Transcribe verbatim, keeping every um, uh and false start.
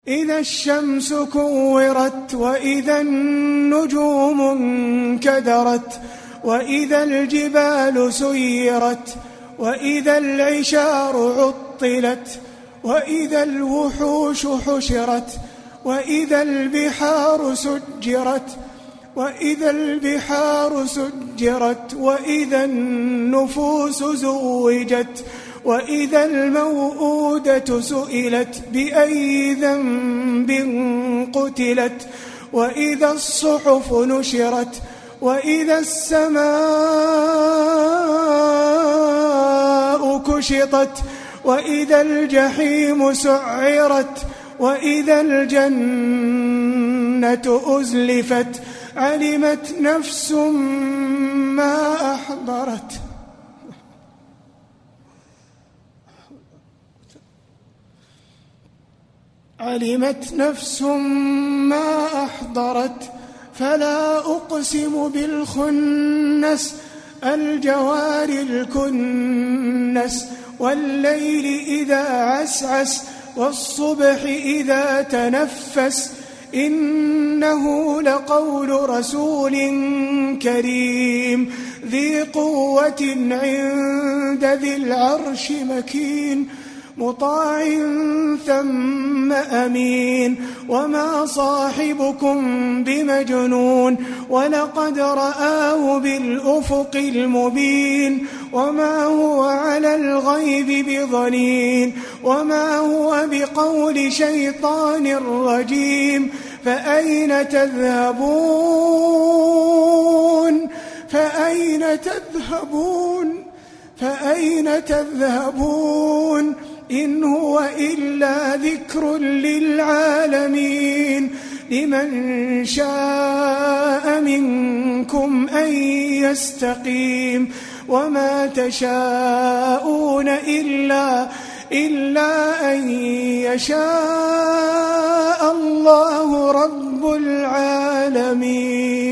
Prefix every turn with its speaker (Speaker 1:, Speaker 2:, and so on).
Speaker 1: إذا الشمس كورت وإذا النجوم انكدرت وإذا الجبال سيرت وإذا العشار عطلت وإذا الوحوش حشرت وإذا البحار سجرت وإذا البحار سجرت وإذا النفوس زوجت وإذا الموءودة سئلت بأي ذنب قتلت وإذا الصحف نشرت وإذا السماء كشطت وإذا الجحيم سعرت وإذا الجنة أزلفت علمت نفس ما أحضرت علمت نفس ما أحضرت فلا أقسم بالخنس الجوار الكنس والليل إذا عسعس والصبح إذا تنفس إنه لقول رسول كريم ذي قوة عند ذي العرش مكين مطاع ثم أمين وما صاحبكم بمجنون ولقد رآه بالأفق المبين وما هو على الغيب بضنين وما هو بقول شيطان رجيم فأين تذهبون فأين تذهبون فأين تذهبون إن هو إلا ذكر للعالمين لمن شاء منكم أن يستقيم وما تشاءون إلا إلا أن يشاء الله رب العالمين.